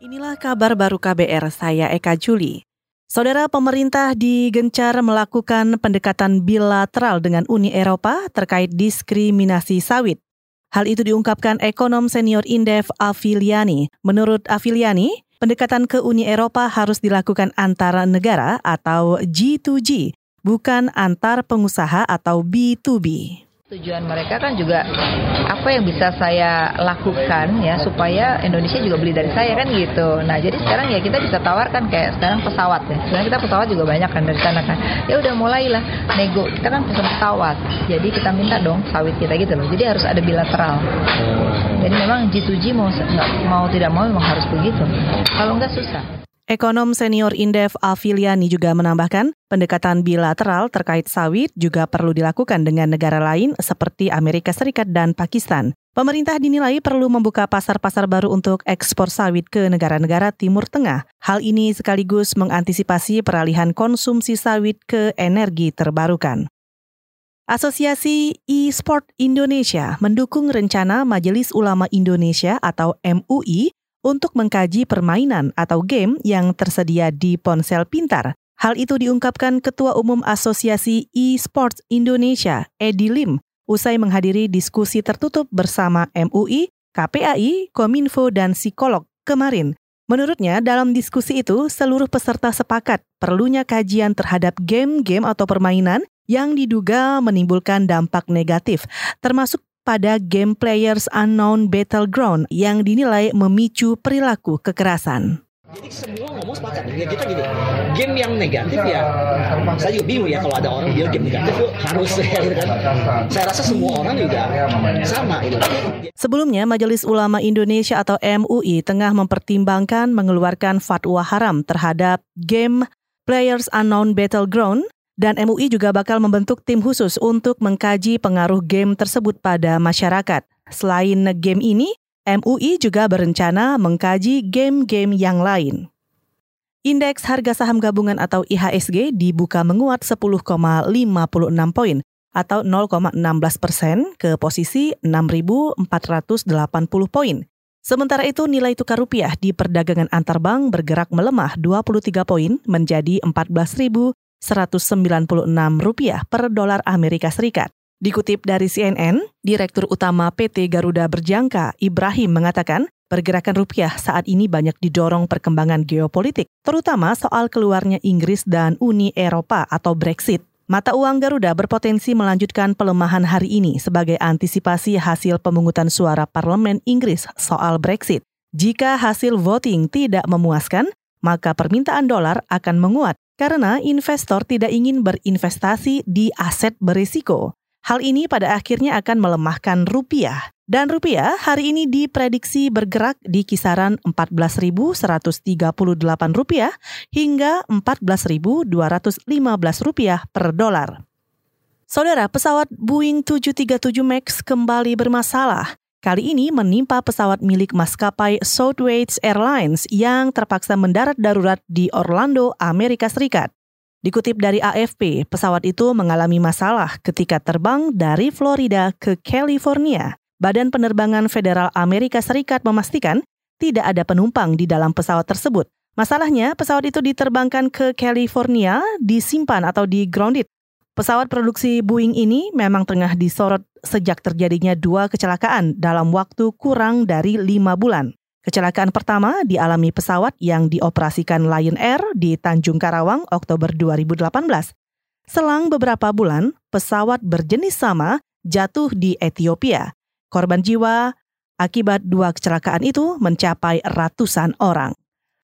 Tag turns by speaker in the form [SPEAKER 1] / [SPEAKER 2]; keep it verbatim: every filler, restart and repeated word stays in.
[SPEAKER 1] Inilah kabar baru K B R, saya Eka Juli. Saudara, pemerintah digencar melakukan pendekatan bilateral dengan Uni Eropa terkait diskriminasi sawit. Hal itu diungkapkan ekonom senior Indef Afiliani. Menurut Afiliani, pendekatan ke Uni Eropa harus dilakukan antara negara atau G to G, bukan antar pengusaha atau B to B.
[SPEAKER 2] Tujuan mereka kan juga apa yang bisa saya lakukan ya supaya Indonesia juga beli dari saya kan gitu. Nah jadi sekarang ya kita bisa tawarkan kayak sekarang pesawat ya. Sekarang kita pesawat juga banyak kan dari sana kan. Ya udah mulailah nego. Kita kan pesen pesawat. Jadi kita minta dong sawit kita gitu loh. Jadi harus ada bilateral. Jadi memang G to G mau nggak mau tidak mau memang harus begitu. Kalau nggak susah.
[SPEAKER 1] Ekonom senior Indef Afiliani juga menambahkan, pendekatan bilateral terkait sawit juga perlu dilakukan dengan negara lain seperti Amerika Serikat dan Pakistan. Pemerintah dinilai perlu membuka pasar-pasar baru untuk ekspor sawit ke negara-negara Timur Tengah. Hal ini sekaligus mengantisipasi peralihan konsumsi sawit ke energi terbarukan. Asosiasi e-sport Indonesia mendukung rencana Majelis Ulama Indonesia atau M U I untuk mengkaji permainan atau game yang tersedia di ponsel pintar. Hal itu diungkapkan Ketua Umum Asosiasi e-Sports Indonesia, Edi Lim, usai menghadiri diskusi tertutup bersama M U I, K P A I, Kominfo, dan psikolog kemarin. Menurutnya, dalam diskusi itu, seluruh peserta sepakat perlunya kajian terhadap game-game atau permainan yang diduga menimbulkan dampak negatif, termasuk pada game Players Unknown Battleground yang dinilai memicu perilaku kekerasan.
[SPEAKER 3] Jadi semua ngomong sepakat, ya kita gini, game yang negatif ya, saya juga bingung ya kalau ada orang bilang game negatif itu harus ya gitu kan. Saya rasa semua orang juga sama itu.
[SPEAKER 1] Sebelumnya, Majelis Ulama Indonesia atau M U I tengah mempertimbangkan mengeluarkan fatwa haram terhadap game Players Unknown Battleground. Dan M U I juga bakal membentuk tim khusus untuk mengkaji pengaruh game tersebut pada masyarakat. Selain game ini, M U I juga berencana mengkaji game-game yang lain. Indeks harga saham gabungan atau I H S G dibuka menguat sepuluh koma lima enam poin atau nol koma enam belas persen ke posisi enam ribu empat ratus delapan puluh poin. Sementara itu nilai tukar rupiah di perdagangan antar bank bergerak melemah dua puluh tiga poin menjadi empat belas ribu seratus sembilan puluh enam rupiah per dolar Amerika Serikat. Dikutip dari C N N, Direktur Utama P T Garuda Berjangka, Ibrahim mengatakan, pergerakan rupiah saat ini banyak didorong perkembangan geopolitik, terutama soal keluarnya Inggris dan Uni Eropa atau Brexit. Mata uang Garuda berpotensi melanjutkan pelemahan hari ini sebagai antisipasi hasil pemungutan suara Parlemen Inggris soal Brexit. Jika hasil voting tidak memuaskan, maka permintaan dolar akan menguat karena investor tidak ingin berinvestasi di aset berisiko. Hal ini pada akhirnya akan melemahkan rupiah. Dan rupiah hari ini diprediksi bergerak di kisaran empat belas ribu seratus tiga puluh delapan rupiah hingga empat belas ribu dua ratus lima belas rupiah per dolar. Saudara, pesawat Boeing tujuh tiga tujuh Max kembali bermasalah. Kali ini menimpa pesawat milik maskapai Southwest Airlines yang terpaksa mendarat darurat di Orlando, Amerika Serikat. Dikutip dari A F P, pesawat itu mengalami masalah ketika terbang dari Florida ke California. Badan Penerbangan Federal Amerika Serikat memastikan tidak ada penumpang di dalam pesawat tersebut. Masalahnya, pesawat itu diterbangkan ke California, disimpan atau di-grounded. Pesawat produksi Boeing ini memang tengah disorot sejak terjadinya dua kecelakaan dalam waktu kurang dari lima bulan. Kecelakaan pertama dialami pesawat yang dioperasikan Lion Air di Tanjung Karawang Oktober dua ribu delapan belas. Selang beberapa bulan, pesawat berjenis sama jatuh di Ethiopia. Korban jiwa akibat dua kecelakaan itu mencapai ratusan orang.